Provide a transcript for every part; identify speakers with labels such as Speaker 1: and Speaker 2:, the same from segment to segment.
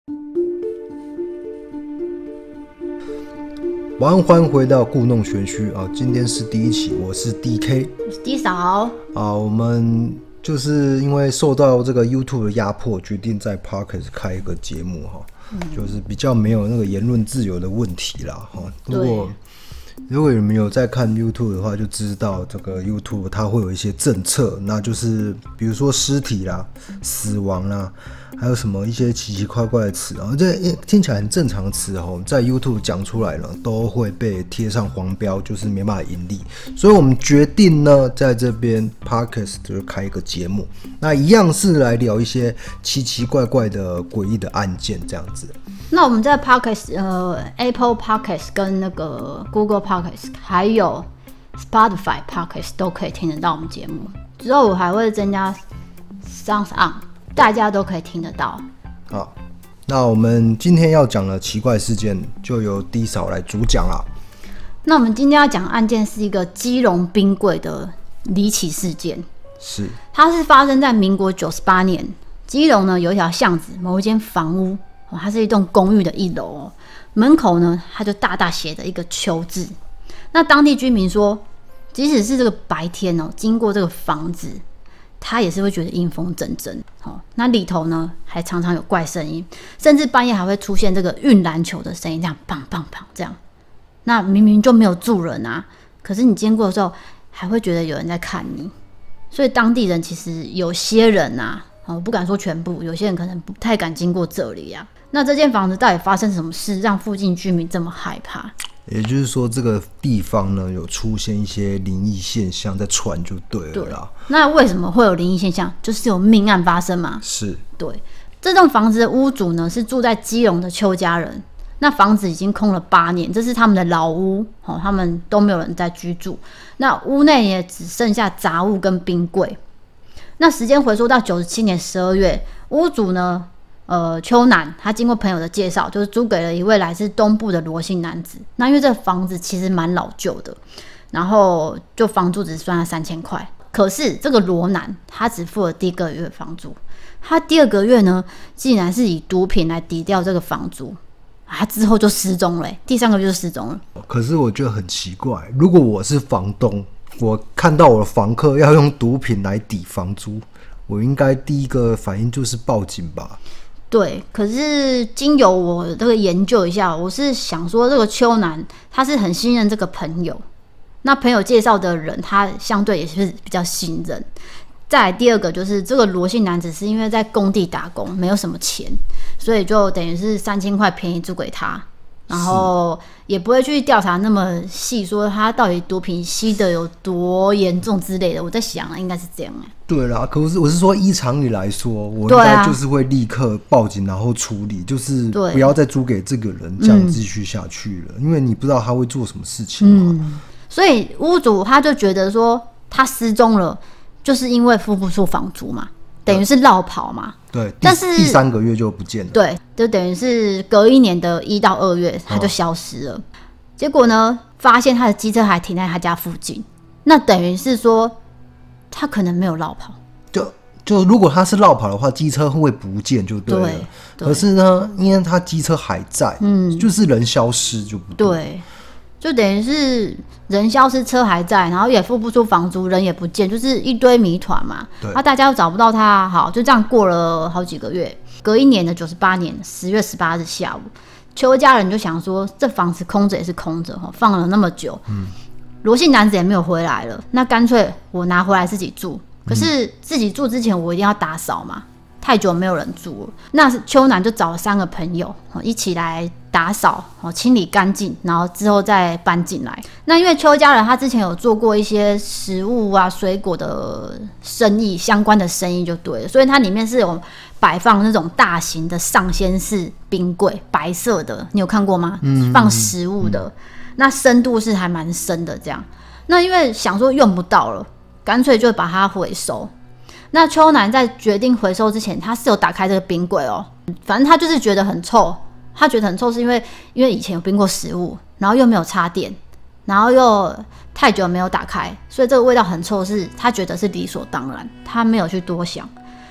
Speaker 1: 晚安，欢迎回到故弄玄虚啊！今天是第一期，我是 DK，
Speaker 2: 我是 D 嫂
Speaker 1: 啊。我们就是因为受到这个 YouTube 的压迫，决定在 Podcast 开一个节目哈，就是比较没有那个言论自由的问题啦哈。如果你们有在看 YouTube 的话，就知道这个 YouTube 它会有一些政策，那就是比如说尸体啦、死亡啦，还有什么一些奇奇怪怪的词啊，这听起来很正常的词哦，在 YouTube 讲出来了，都会被贴上黄标，就是没办法盈利。所以我们决定呢，在这边 Podcast 就开一个节目，那一样是来聊一些奇奇怪怪的诡异的案件这样子。
Speaker 2: 那我们在 Podcast Apple Podcast 跟那个 Google Podcast 还有 Spotify Podcast 都可以听得到我们节目。之后我还会增加 Sounds On， 大家都可以听得到。
Speaker 1: 好，那我们今天要讲的奇怪事件，就由 D 嫂来主讲啦。
Speaker 2: 那我们今天要讲的案件是一个基隆冰柜的离奇事件。
Speaker 1: 是，
Speaker 2: 它是发生在民国98年，基隆呢有一条巷子，某一间房屋。它是一栋公寓的1楼哦，门口呢，它就大大写着一个秋字。那当地居民说，即使是这个白天哦，经过这个房子，他也是会觉得阴风阵阵哦。那里头呢，还常常有怪声音，甚至半夜还会出现这个运篮球的声音，这样砰砰砰这样。那明明就没有住人啊，可是你经过的时候，还会觉得有人在看你。所以当地人其实有些人啊，我不敢说全部，有些人可能不太敢经过这里啊。那这间房子到底发生什么事，让附近居民这么害怕？
Speaker 1: 也就是说，这个地方呢有出现一些灵异现象在传，就对了啦。
Speaker 2: 那为什么会有灵异现象？就是有命案发生嘛。
Speaker 1: 是，
Speaker 2: 对。这栋房子的屋主呢是住在基隆的邱家人，那房子已经空了8年，这是他们的老屋，他们都没有人在居住。那屋内也只剩下杂物跟冰柜。那时间回溯到97年12月，屋主呢？邱男他经过朋友的介绍，就是租给了一位来自东部的罗姓男子。那因为这个房子其实蛮老旧的，然后就房租只算了3000块。可是这个罗男他只付了第1个月房租，他第2个月呢，竟然是以毒品来抵掉这个房租，他之后就失踪了，第3个月就失踪了。
Speaker 1: 可是我觉得很奇怪，如果我是房东，我看到我的房客要用毒品来抵房租，我应该第一个反应就是报警吧。
Speaker 2: 对，可是经由我这个研究一下，我是想说这个邱男他是很信任这个朋友，那朋友介绍的人他相对也是比较信任。再来第2个就是这个罗姓男子是因为在工地打工，没有什么钱，所以就等于是3000块便宜租给他，然后也不会去调查那么细，说他到底毒品吸的有多严重之类的。我在想应该是这样。
Speaker 1: 对啦，可是我是说，依常理来说，我应该就是会立刻报警，然后处理，就是不要再租给这个人，这样继续下去了，因为你不知道他会做什么事情嘛。
Speaker 2: 所以屋主他就觉得说，他失踪了，就是因为付不出房租嘛，等于是落跑嘛。
Speaker 1: 对，但是第3个月就不见了。
Speaker 2: 对，就等于是隔1年的1到2月，他就消失了。结果呢，发现他的机车还停在他家附近，那等于是说。他可能没有落跑，
Speaker 1: 就如果他是落跑的话，机车会不见就对了。对，可是呢，因为他机车还在，就是人消失就不对。
Speaker 2: 对，就等于是人消失，车还在，然后也付不出房租，人也不见，就是一堆谜团嘛。大家都找不到他，好，就这样过了好几个月。隔1年的98年10月18日下午，邱家人就想说，这房子空着也是空着，放了那么久。罗姓男子也没有回来了，那干脆我拿回来自己住。可是自己住之前，我一定要打扫嘛，太久没有人住了。那邱男就找了3个朋友一起来打扫，清理干净，然后之后再搬进来。那因为邱家人他之前有做过一些食物啊、水果的生意，相关的生意就对了，所以它里面是有摆放那种大型的上掀式冰柜，白色的，你有看过吗？放食物的。那深度是还蛮深的这样。那因为想说用不到了，干脆就把它回收。那邱男在决定回收之前，他是有打开这个冰柜哦，反正他就是觉得很臭。他觉得很臭是因为以前有冰过食物，然后又没有插电，然后又太久没有打开，所以这个味道很臭，是他觉得是理所当然，他没有去多想。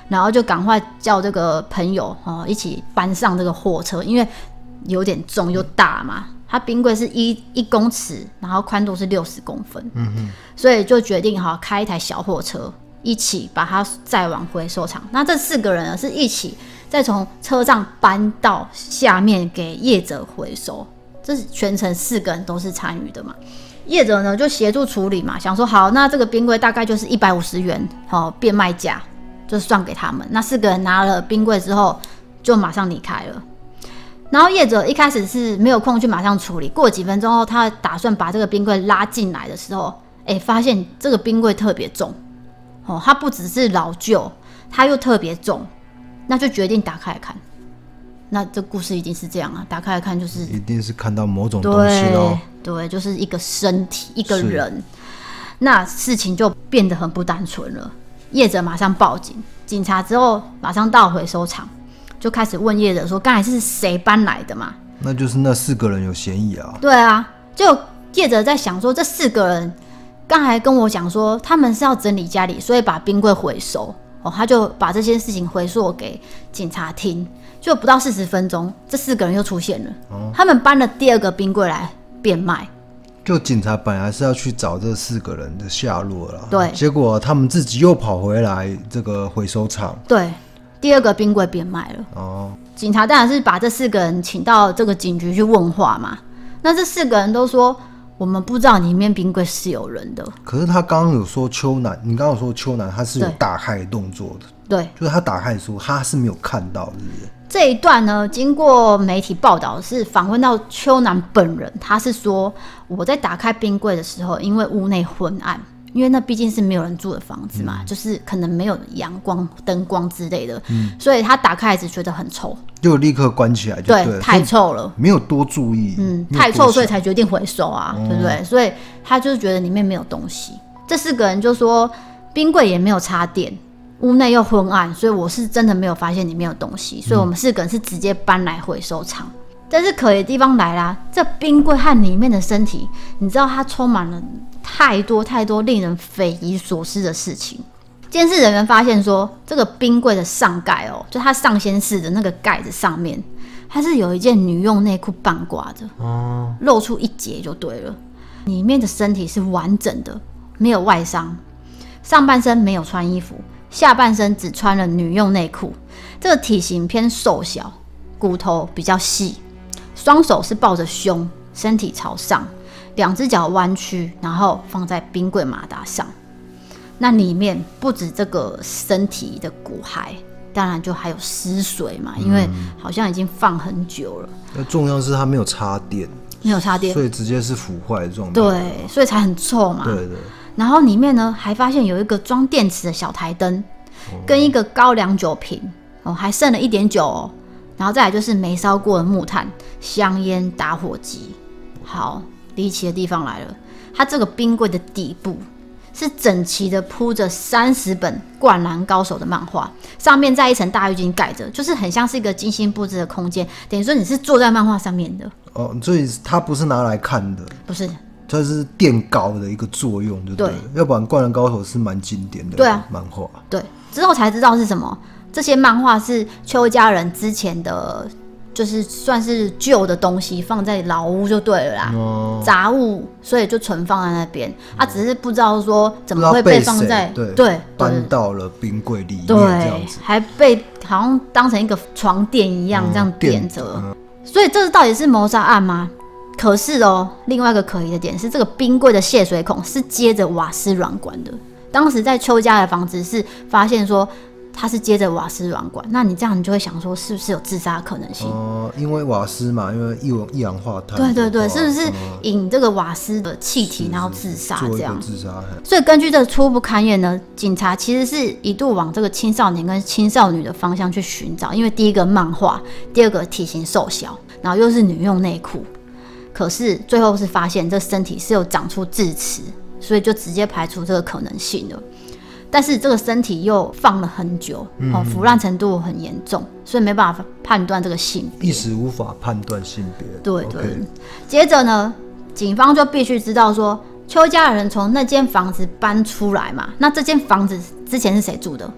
Speaker 2: 然后就赶快叫这个朋友一起搬上这个货车，因为有点重又大嘛。它冰柜是1公尺，然后宽度是60公分，所以就决定开一台小货车，一起把它载往回收厂。那这4个人呢是一起再从车上搬到下面给业者回收，这是全程4个人都是参与的嘛。业者呢就协助处理嘛，想说好，那这个冰柜大概就是150元变卖价，就算给他们。那4个人拿了冰柜之后，就马上离开了。然后业者一开始是没有空去马上处理，过几分钟后，他打算把这个冰柜拉进来的时候，发现这个冰柜特别重，它不只是老旧，它又特别重，那就决定打开来看。那这故事一定是这样啊，打开来看就是
Speaker 1: 一定是看到某种东西咯。
Speaker 2: 对，就是一个身体，一个人。那事情就变得很不单纯了。业者马上报警，警察之后马上到回收厂。就开始问业者说，刚才是谁搬来的嘛？
Speaker 1: 那就是那4个人有嫌疑啊。
Speaker 2: 对啊，就业者在想说，这4个人刚才跟我讲说，他们是要整理家里，所以把冰柜回收。他就把这件事情回溯给警察听。就不到40分钟，这4个人又出现了。他们搬了第2个冰柜来变卖。
Speaker 1: 就警察本来是要去找这4个人的下落啦，
Speaker 2: 对，
Speaker 1: 结果他们自己又跑回来这个回收厂。
Speaker 2: 对。第2个冰柜变卖了。警察当然是把这4个人请到这个警局去问话嘛。那这4个人都说，我们不知道里面冰柜是有人的。
Speaker 1: 可是他刚刚有说邱楠，你刚刚有说邱楠他是有打开动作的。
Speaker 2: 对，
Speaker 1: 就是他打开的时候他是没有看到的。
Speaker 2: 这一段呢，经过媒体报道是访问到邱楠本人，他是说，我在打开冰柜的时候，因为屋内昏暗，因为那毕竟是没有人住的房子嘛，就是可能没有阳光、灯光之类的，所以他打开只觉得很臭，
Speaker 1: 就立刻关起来就对了。
Speaker 2: 对，太臭了，
Speaker 1: 没有多注意，
Speaker 2: 太臭，所以才决定回收啊，对不对？所以他就是觉得里面没有东西。这4个人就说，冰柜也没有插电，屋内又昏暗，所以我是真的没有发现里面有东西，所以我们4个人是直接搬来回收厂。但是可疑的地方来啦，这冰柜和里面的身体，你知道它充满了太多令人匪夷所思的事情。监视人员发现说，这个冰柜的上盖就它上掀式的那个盖子上面，它是有一件女用内裤半挂着，露出一截就对了。里面的身体是完整的，没有外伤，上半身没有穿衣服，下半身只穿了女用内裤。这个体型偏瘦小，骨头比较细，双手是抱着胸，身体朝上，2只脚弯曲，然后放在冰柜马达上。那里面不止这个身体的骨骸，当然就还有尸水嘛，因为好像已经放很久了。
Speaker 1: 那重要是它没有插电，所以直接是腐坏的状态。
Speaker 2: 对，所以才很臭嘛。
Speaker 1: 对。
Speaker 2: 然后里面呢，还发现有一个装电池的小台灯，跟一个高粱酒瓶，还剩了一点酒然后再来就是没烧过的木炭、香烟、打火机。好，离奇的地方来了，它这个冰柜的底部是整齐的铺着30本《灌篮高手》的漫画，上面再一层大浴巾盖着，就是很像是一个精心布置的空间，等于说你是坐在漫画上面的。
Speaker 1: 所以它不是拿来看的，
Speaker 2: 不是，
Speaker 1: 它是垫高的一个作用，对不对？要不然《灌篮高手》是蛮经典的漫画。对，
Speaker 2: 之后才知道是什么，这些漫画是邱家人之前的。就是算是旧的东西放在老屋就对了啦，杂物，所以就存放在那边。只是不知道说怎么会被放在对
Speaker 1: 搬到了冰柜里面
Speaker 2: 这
Speaker 1: 样子，
Speaker 2: 还被好像当成一个床垫一样这样垫着。所以这到底是谋杀案吗？可是另外一个可疑的点是，这个冰柜的泄水孔是接着瓦斯软管的。当时在邱家的房子是发现说。它是接着瓦斯软管，那你这样你就会想说，是不是有自杀的可能性？
Speaker 1: 因为瓦斯嘛，因为一氧化碳。
Speaker 2: 对，是不是引这个瓦斯的气体，然后自杀这样？
Speaker 1: 自杀。
Speaker 2: 所以根据这个初步勘验呢，警察其实是一度往这个青少年跟青少女的方向去寻找，因为第一个漫画，第二个体型瘦小，然后又是女用内裤，可是最后是发现这身体是有长出智齿，所以就直接排除这个可能性了。但是这个身体又放了很久，腐烂程度很严重，所以没办法判断这个性别，
Speaker 1: 一时无法判断性别。
Speaker 2: 对。接着呢，警方就必须知道说，邱家人从那间房子搬出来嘛，那这间房子之前是谁住的？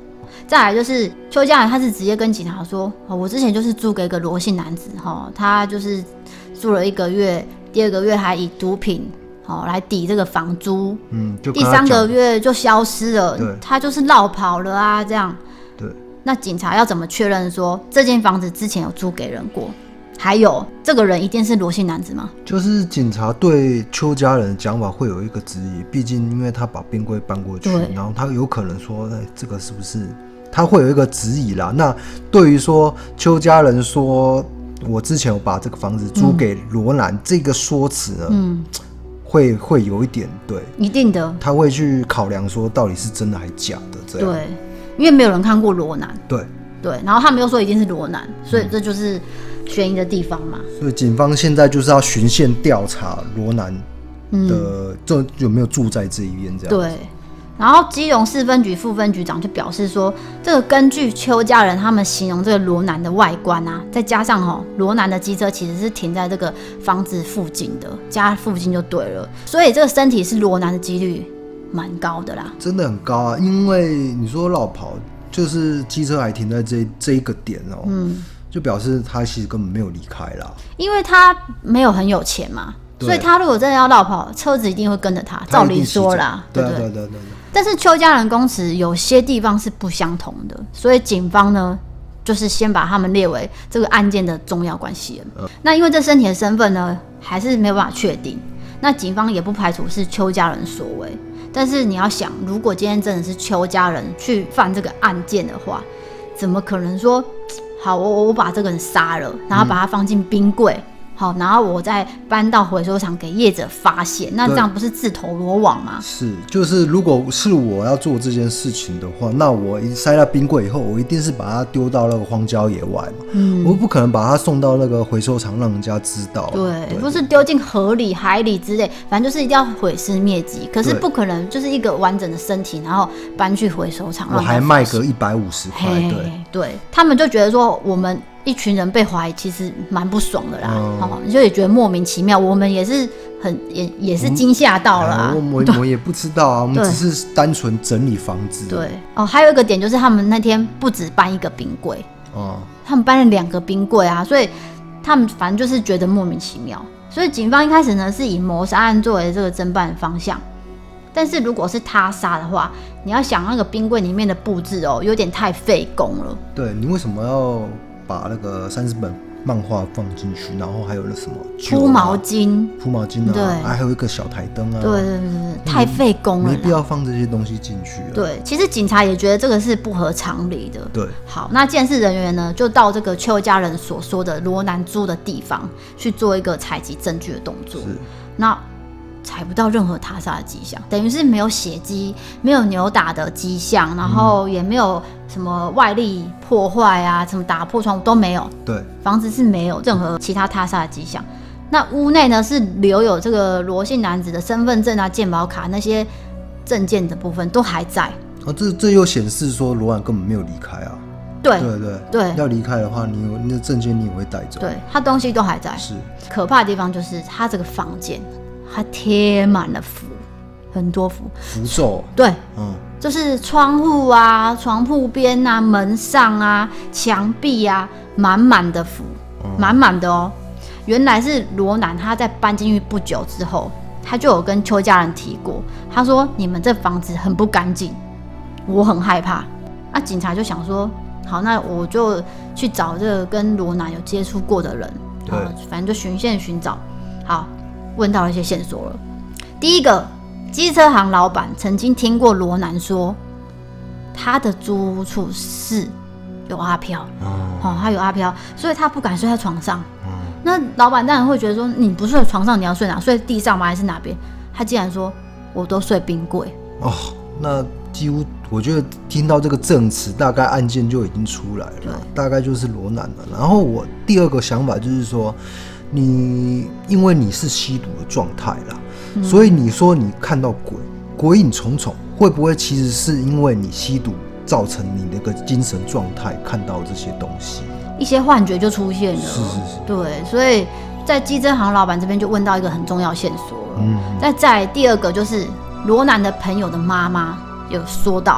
Speaker 2: 再来就是邱家人，他是直接跟警察说，我之前就是租给一个罗姓男子，他就是住了1个月，第2个月还以毒品来抵这个房租，第3个月就消失了，他就是落跑了啊，这样。
Speaker 1: 对，
Speaker 2: 那警察要怎么确认说这间房子之前有租给人过？还有这个人一定是罗姓男子吗？
Speaker 1: 就是警察对邱家人的讲法会有一个质疑，毕竟因为他把冰柜搬过去，然后他有可能说，这个是不是他会有一个质疑啦？那对于说邱家人说我之前有把这个房子租给罗南，这个说辞呢，会有一点对，
Speaker 2: 一定的，
Speaker 1: 他会去考量说到底是真的还假的这样。
Speaker 2: 对，因为没有人看过罗南，
Speaker 1: 对，
Speaker 2: 然后他们又说一定是罗南，所以这就是悬疑的地方嘛。
Speaker 1: 所以警方现在就是要循线调查罗南的这有没有住在这一边这样。
Speaker 2: 对。然后基隆市分局副分局长就表示说，这个根据邱家人他们形容这个罗南的外观啊，再加上罗南的机车其实是停在这个房子附近的，家附近就对了，所以这个身体是罗南的几率蛮高的啦，
Speaker 1: 真的很高啊。因为你说落跑，就是机车还停在这一个点就表示他其实根本没有离开啦，
Speaker 2: 因为他没有很有钱嘛，所以他如果真的要落跑，车子一定会跟着他，照理说啦，对。但是邱家人供词有些地方是不相同的，所以警方呢，就是先把他们列为这个案件的重要关系人。那因为这身体的身份呢，还是没有办法确定，那警方也不排除是邱家人所为。但是你要想，如果今天真的是邱家人去犯这个案件的话，怎么可能说，好，我把这个人杀了，然后把他放进冰柜，好，然后我再搬到回收厂给业者发现，那这样不是自投罗网吗？
Speaker 1: 是，就是如果是我要做这件事情的话，那我塞到冰柜以后，我一定是把它丢到那个荒郊野外嘛，我不可能把它送到那个回收厂让人家知道，
Speaker 2: 对，不是丢进河里、海里之类，反正就是一定要毁尸灭迹。可是不可能就是一个完整的身体，然后搬去回收厂，
Speaker 1: 我还卖个150块，
Speaker 2: 对，他们就觉得说我们一群人被怀疑，其实蛮不爽的啦，就也觉得莫名其妙，我们也是也是惊吓到了啊，
Speaker 1: 我也不知道啊，我们只是单纯整理房子。
Speaker 2: 对还有一个点就是他们那天不止搬一个冰柜，他们搬了2个冰柜啊，所以他们反正就是觉得莫名其妙，所以警方一开始呢是以谋杀案作为这个侦办方向。但是如果是他杀的话，你要想那个冰柜里面的布置有点太费工了。
Speaker 1: 对，你为什么要把那个30本漫画放进去，然后还有那什么
Speaker 2: 铺毛巾啊，
Speaker 1: 对，还有一个小台灯啊，
Speaker 2: 对，太费工了，
Speaker 1: 没必要放这些东西进去。
Speaker 2: 对，其实警察也觉得这个是不合常理的。
Speaker 1: 对，
Speaker 2: 好，那监视人员呢就到这个邱家人所说的罗南租的地方去做一个采集证据的动作。那采不到任何他杀的迹象，等于是没有血迹，没有扭打的迹象，然后也没有什么外力破坏啊，什么打破窗户都没有。
Speaker 1: 对，
Speaker 2: 房子是没有任何其他他杀的迹象。那屋内呢是留有这个罗姓男子的身份证啊、健保卡那些证件的部分都还在。
Speaker 1: 这又显示说罗兰根本没有离开啊。对，要离开的话，你的证件你也会带走。
Speaker 2: 对，他东西都还在。
Speaker 1: 是，
Speaker 2: 可怕的地方就是他这个房间。它贴满了符，很多符
Speaker 1: 咒。
Speaker 2: 对，就是窗户啊、床铺边啊、门上啊、墙壁啊，满满的符，满满的哦。原来是罗南他在搬进去不久之后，他就有跟邱家人提过，他说你们这房子很不干净，我很害怕。那警察就想说，好，那我就去找这个跟罗南有接触过的人，反正就循线寻找，好。问到了一些线索了。第一个，机车行老板曾经听过罗南说，他的租屋处是有阿飘，他有阿飘，所以他不敢睡在床上。那老板当然会觉得说，你不睡床上，你要睡哪？睡地上吗？还是哪边？他竟然说，我都睡冰柜。
Speaker 1: 那几乎我觉得听到这个证词，大概案件就已经出来了，大概就是罗南了。然后我第二个想法就是说。因为你是吸毒的状态啦，所以你说你看到鬼影重重，会不会其实是因为你吸毒造成你那个精神状态看到这些东西，
Speaker 2: 一些幻觉就出现了。
Speaker 1: 是，
Speaker 2: 对，所以在机车行老板这边就问到一个很重要线索了。再第二个就是罗南的朋友的妈妈有说到，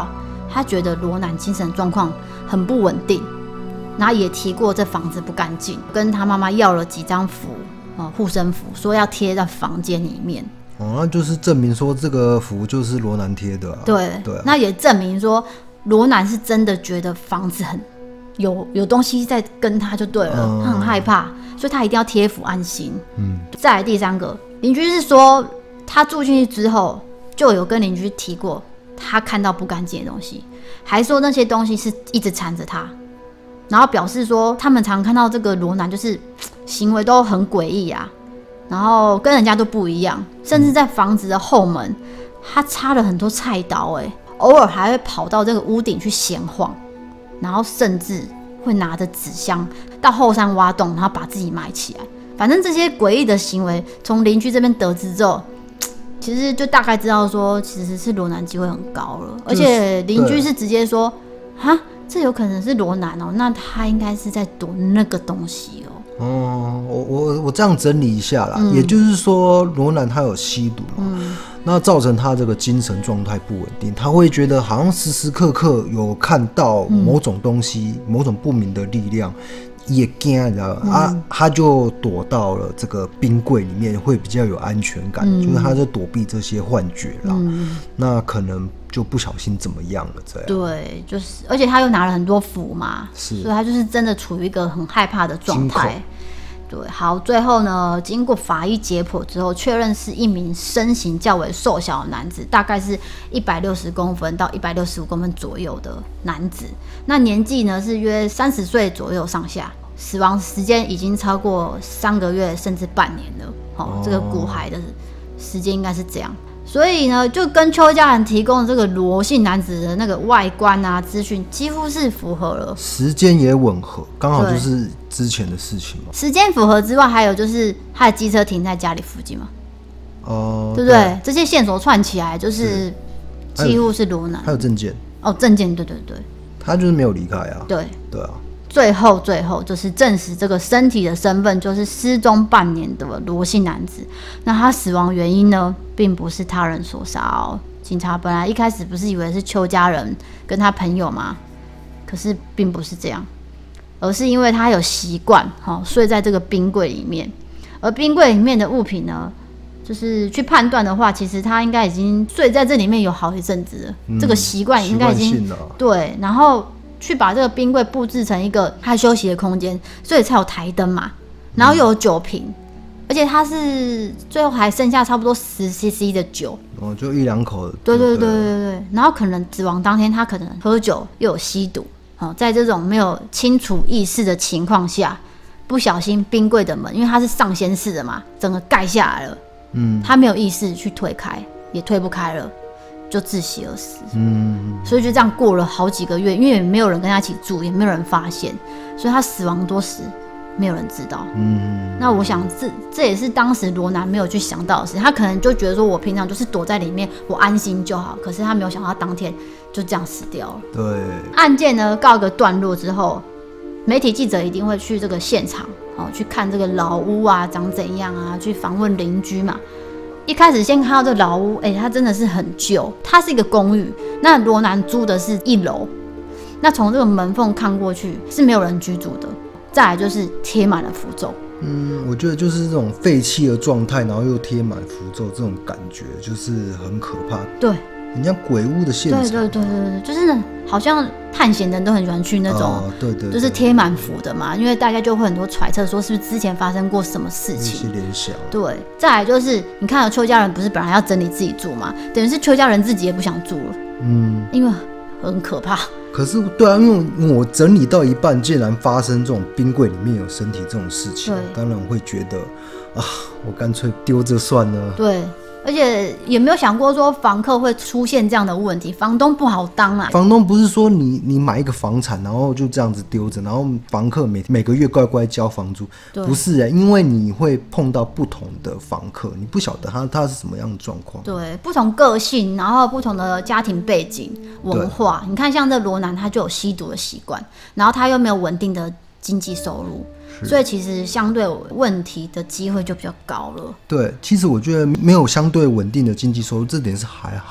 Speaker 2: 他觉得罗南精神状况很不稳定，然后也提过这房子不干净，跟他妈妈要了几张符护身符，说要贴在房间里面。
Speaker 1: 那就是证明说这个符就是罗南贴的啊。
Speaker 2: 对，
Speaker 1: 对啊，
Speaker 2: 那也证明说罗南是真的觉得房子很有东西在跟他就对了，他很害怕，所以他一定要贴符安心。再来第三个，邻居是说他住进去之后就有跟邻居提过，他看到不干净的东西，还说那些东西是一直缠着他，然后表示说他们常看到这个罗南就是行为都很诡异啊，然后跟人家都不一样，甚至在房子的后门他插了很多菜刀，偶尔还会跑到这个屋顶去闲晃，然后甚至会拿着纸箱到后山挖洞，然后把自己埋起来。反正这些诡异的行为从邻居这边得知之后，其实就大概知道说其实是罗南机会很高了，而且邻居是直接说哈，这有可能是罗南哦，那他应该是在躲那个东西哦。
Speaker 1: 我这样整理一下啦，也就是说罗南他有吸毒嘛，那造成他这个精神状态不稳定，他会觉得好像时时刻刻有看到某种东西，某种不明的力量，也惊，你知道吗？他就躲到了这个冰柜里面，会比较有安全感，就是他在躲避这些幻觉啦。那可能就不小心怎么样了这样。
Speaker 2: 对，就是而且他又拿了很多符嘛，所以他就是真的处于一个很害怕的状态。对，好，最后呢，经过法医解剖之后，确认是一名身形较为瘦小的男子，大概是160公分到165公分左右的男子。那年纪呢是约30岁左右上下，死亡时间已经超过3个月甚至半年了。这个骨骸的时间应该是这样。所以呢，就跟邱家人提供的这个罗姓男子的那个外观啊资讯几乎是符合了，
Speaker 1: 时间也吻合，刚好就是之前的事情嘛。
Speaker 2: 时间符合之外，还有就是他的机车停在家里附近嘛，对不对？这些线索串起来，就是几乎是罗南。
Speaker 1: 还有证件
Speaker 2: 证件，对，
Speaker 1: 他就是没有离开啊。对啊。
Speaker 2: 最后就是证实这个身体的身份就是失踪半年的罗姓男子。那他死亡原因呢，并不是他人所杀哦。警察本来一开始不是以为是邱家人跟他朋友吗？可是并不是这样，而是因为他有习惯睡在这个冰柜里面，而冰柜里面的物品呢，就是去判断的话，其实他应该已经睡在这里面有好一阵子了，这个习惯应该已经对，然后去把这个冰柜布置成一个他休息的空间，所以才有台灯嘛，然后又有酒瓶，而且他是最后还剩下差不多10cc 的酒，
Speaker 1: 就1-2口。
Speaker 2: 对，然后可能死亡当天他可能喝酒又有吸毒，在这种没有清楚意识的情况下，不小心冰柜的门，因为它是上掀式的嘛，整个盖下来了，他没有意识去推开，也推不开了。就窒息而死，所以就这样过了好几个月，因为也没有人跟他一起住，也没有人发现，所以他死亡多时没有人知道。那我想这也是当时罗南没有去想到的事，他可能就觉得说我平常就是躲在里面，我安心就好，可是他没有想到他当天就这样死掉了。
Speaker 1: 对，
Speaker 2: 案件呢告一个段落之后，媒体记者一定会去这个现场，去看这个老屋啊长怎样啊，去访问邻居嘛。一开始先看到这老屋，它真的是很旧，它是一个公寓。那罗南租的是1楼，那从这个门缝看过去是没有人居住的。再来就是贴满了符咒。
Speaker 1: 我觉得就是这种废弃的状态，然后又贴满符咒，这种感觉就是很可怕。
Speaker 2: 对，
Speaker 1: 很像鬼屋的现场。
Speaker 2: 对，就是好像探险的人都很喜欢去那种，
Speaker 1: 对，
Speaker 2: 就是贴满符的嘛，因为大家就会很多揣测说是不是之前发生过什么事情，
Speaker 1: 一些联想。
Speaker 2: 对，再来就是你看到邱家人不是本来要整理自己住嘛，等于是邱家人自己也不想住了，因为很可怕。
Speaker 1: 可是对啊，因为我整理到一半，竟然发生这种冰柜里面有身体这种事情，当然我会觉得我干脆丢着算了。
Speaker 2: 对。而且也没有想过说房客会出现这样的问题，房东不好当啊。
Speaker 1: 房东不是说你买一个房产，然后就这样子丢着，然后房客每个月乖乖交房租，不是因为你会碰到不同的房客，你不晓得他是什么样的状况。对，
Speaker 2: 不同个性，然后不同的家庭背景、文化。你看，像这罗南他就有吸毒的习惯，然后他又没有稳定的经济收入。所以其实相对问题的机会就比较高了。
Speaker 1: 对，其实我觉得没有相对稳定的经济收入这点是还好，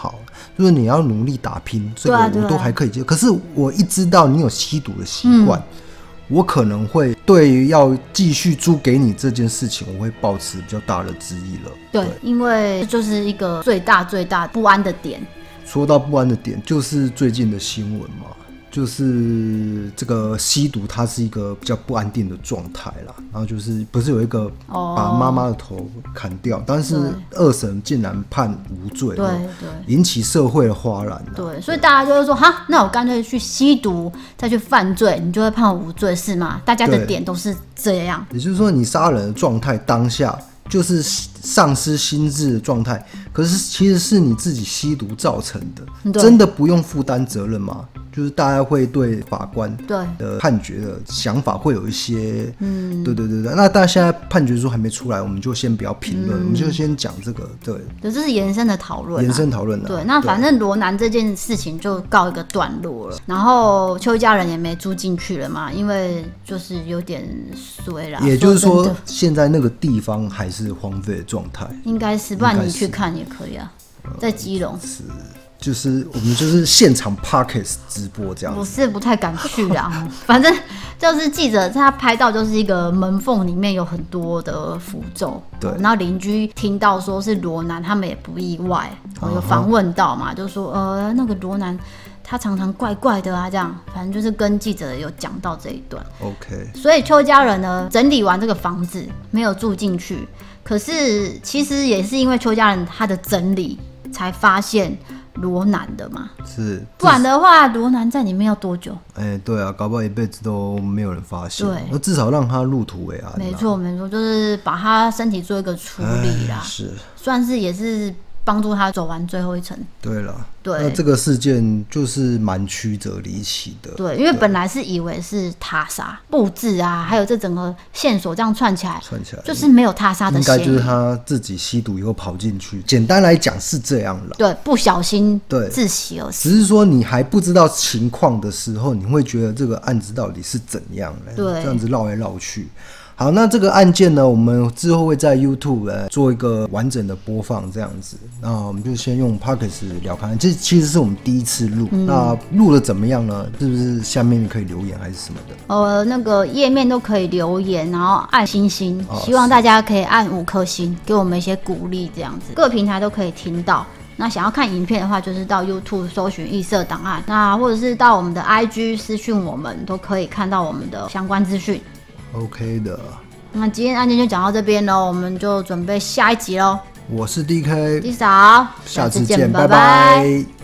Speaker 1: 就是你要努力打拼，这个我都还可以接受。可是我一知道你有吸毒的习惯，我可能会对于要继续租给你这件事情，我会抱持比较大的质疑了。
Speaker 2: 对，因为这就是一个最大不安的点。
Speaker 1: 说到不安的点，就是最近的新闻嘛。就是这个吸毒，它是一个比较不安定的状态啦。然后就是不是有一个把妈妈的头砍掉，但是二审竟然判无罪，
Speaker 2: 对，
Speaker 1: 引起社会的哗然。
Speaker 2: 对，所以大家就会说，哈，那我干脆去吸毒，再去犯罪，你就会判无罪是吗？大家的点都是这样。
Speaker 1: 也就是说，你杀人的状态当下就是丧失心智的状态，可是其实是你自己吸毒造成的，真的不用负担责任吗？就是大家会对法官的判决的想法会有一些，对。那但现在判决书还没出来，我们就先不要评论，我们就先讲这个，对。
Speaker 2: 这是延伸的讨论，对，那反正罗南这件事情就告一个段落了，然后邱家人也没住进去了嘛，因为就是有点衰啦。
Speaker 1: 也就是说，现在那个地方还是荒废的状态，
Speaker 2: 应该是，不然你去看也可以啊，在基隆。
Speaker 1: 是。就是我们就是现场 Podcast 直播这样子，
Speaker 2: 我是不太敢去啦。反正就是记者他拍到就是一个门缝里面有很多的符咒，对。然后邻居听到说是罗南，他们也不意外，有访问到嘛，就说那个罗南他常常怪怪的啊，这样，反正就是跟记者有讲到这一段。
Speaker 1: OK。所
Speaker 2: 以邱家人呢整理完这个房子没有住进去，可是其实也是因为邱家人他的整理才发现罗南的嘛，
Speaker 1: 是，
Speaker 2: 不然的话，罗南在里面要多久？
Speaker 1: 对啊，搞不好一辈子都没有人发现。对，那至少让他入土为安。
Speaker 2: 没错，就是把他身体做一个处理啦，
Speaker 1: 是，
Speaker 2: 算是也是帮助他走完最后一程。
Speaker 1: 对了，那这个事件就是蛮曲折离奇的。
Speaker 2: 对，因为本来是以为是他杀布置啊，还有这整个线索这样串起来，就是没有他杀的嫌疑，
Speaker 1: 应该就是他自己吸毒以后跑进去。简单来讲是这样了。
Speaker 2: 对，不小心窒息而死。
Speaker 1: 只是说你还不知道情况的时候，你会觉得这个案子到底是怎样的？对，这样子绕来绕去。好，那这个案件呢，我们之后会在 YouTube 做一个完整的播放，这样子。那我们就先用 Podcast 聊看，这其实是我们第一次录。那录的怎么样呢？是不是下面你可以留言还是什么的？
Speaker 2: 那个页面都可以留言，然后按星星，希望大家可以按5颗星，给我们一些鼓励，这样子。各平台都可以听到。那想要看影片的话，就是到 YouTube 搜寻异色档案，那或者是到我们的 IG 私讯我们，都可以看到我们的相关资讯。
Speaker 1: OK 的，
Speaker 2: 那今天案件就讲到这边咯，我们就准备下一集咯。
Speaker 1: 我是 DK，
Speaker 2: D 嫂，
Speaker 1: 下次见，拜拜。